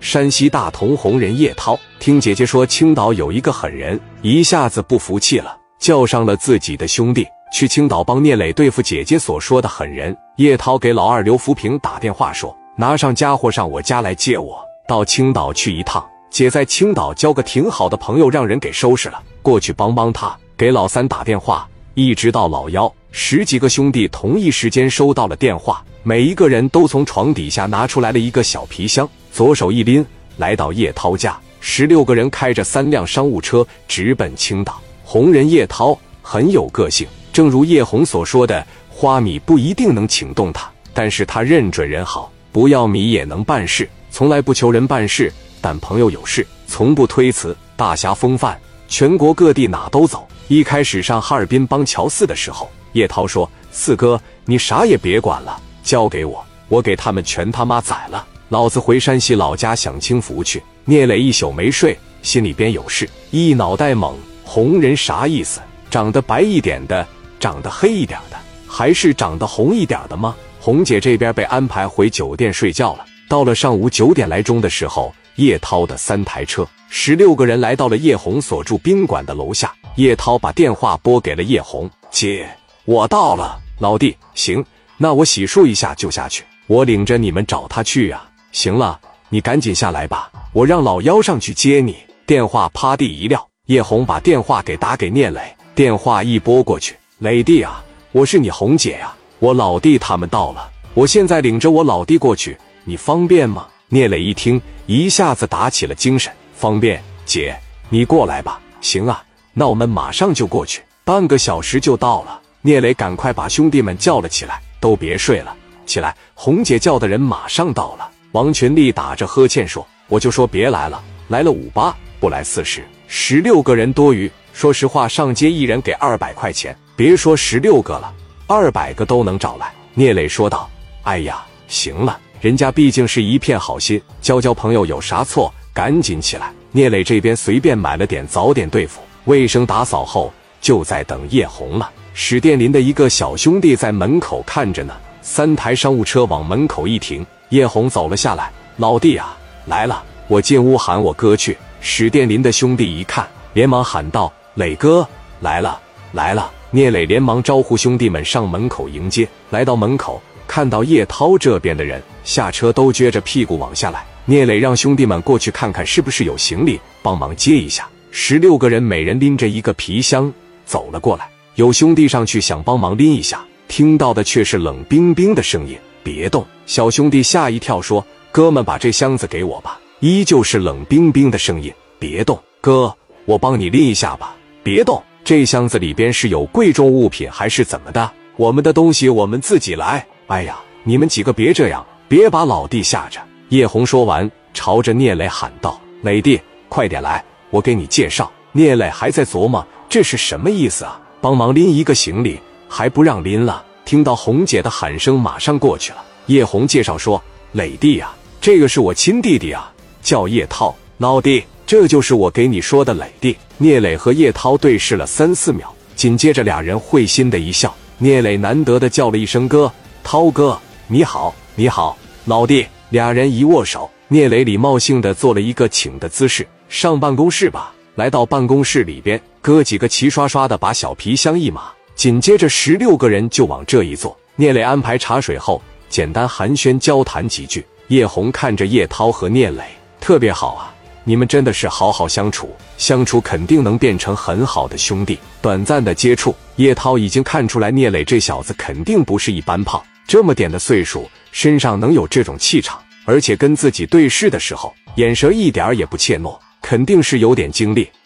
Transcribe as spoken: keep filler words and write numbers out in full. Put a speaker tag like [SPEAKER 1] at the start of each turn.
[SPEAKER 1] 山西大同红人叶涛听姐姐说青岛有一个狠人，一下子不服气了，叫上了自己的兄弟去青岛帮聂磊对付姐姐所说的狠人。叶涛给老二刘福平打电话说，拿上家伙上我家来接我，到青岛去一趟，姐在青岛交个挺好的朋友，让人给收拾了，过去帮帮他。给老三打电话，一直到老幺，十几个兄弟同一时间收到了电话，每一个人都从床底下拿出来了一个小皮箱，左手一拎，来到叶涛家。十六个人开着三辆商务车直奔青岛。红人叶涛很有个性，正如叶红所说的，花米不一定能请动他，但是他认准人好，不要米也能办事，从来不求人办事，但朋友有事从不推辞，大侠风范，全国各地哪都走。一开始上哈尔滨帮乔四的时候，叶涛说，四哥你啥也别管了，交给我，我给他们全他妈宰了，老子回山西老家享清福去。聂磊一宿没睡，心里边有事，一脑袋懵，红人啥意思？长得白一点的，长得黑一点的，还是长得红一点的吗？红姐这边被安排回酒店睡觉了。到了上午九点来钟的时候，叶涛的三台车，十六个人来到了叶红所住宾馆的楼下。叶涛把电话拨给了叶红，姐，我到了。老弟，行，那我洗漱一下就下去，我领着你们找他去啊。行了，你赶紧下来吧，我让老幺上去接你。电话趴地一撂，叶红把电话给打给聂磊，电话一拨过去，磊弟啊，我是你红姐呀、啊，我老弟他们到了，我现在领着我老弟过去，你方便吗？聂磊一听，一下子打起了精神，方便，姐，你过来吧。行啊，那我们马上就过去，半个小时就到了。聂磊赶快把兄弟们叫了起来，都别睡了，起来，红姐叫的人马上到了。王群力打着呵欠说，我就说别来了，来了五八，不来四十，十六个人多余，说实话上街一人给二百块钱，别说十六个了，二百个都能找来。聂磊说道，哎呀，行了，人家毕竟是一片好心，交交朋友有啥错，赶紧起来。聂磊这边随便买了点早点对付，卫生打扫后就在等叶红了。史殿林的一个小兄弟在门口看着呢，三台商务车往门口一停，叶红走了下来，老弟啊，来了。我进屋喊我哥去。史殿林的兄弟一看，连忙喊道，磊哥，来了来了。聂磊连忙招呼兄弟们上门口迎接。来到门口，看到叶涛这边的人下车都撅着屁股往下来，聂磊让兄弟们过去看看是不是有行李，帮忙接一下。十六个人每人拎着一个皮箱走了过来，有兄弟上去想帮忙拎一下，听到的却是冷冰冰的声音，别动。小兄弟吓一跳说，哥们把这箱子给我吧。依旧是冷冰冰的声音，别动。哥，我帮你拎一下吧，别动。这箱子里边是有贵重物品还是怎么的？我们的东西我们自己来。哎呀，你们几个别这样，别把老弟吓着。叶红说完，朝着聂磊喊道，磊弟，快点来，我给你介绍。聂磊还在琢磨这是什么意思啊，帮忙拎一个行李还不让拎了。听到红姐的喊声，马上过去了。叶红介绍说，磊弟啊，这个是我亲弟弟啊，叫叶涛。老弟，这就是我给你说的磊弟。聂磊和叶涛对视了三四秒，紧接着俩人会心的一笑。聂磊难得的叫了一声哥，涛哥你好。你好老弟。俩人一握手，聂磊礼貌性的做了一个请的姿势，上办公室吧。来到办公室里边，哥几个齐刷刷的把小皮箱一码，紧接着十六个人就往这一坐。聂磊安排茶水后，简单寒暄交谈几句。叶红看着叶涛和聂磊，特别好啊，你们真的是好好相处，相处肯定能变成很好的兄弟。短暂的接触，叶涛已经看出来聂磊这小子肯定不是一般胖，这么点的岁数，身上能有这种气场，而且跟自己对视的时候，眼神一点也不怯懦，肯定是有点经历。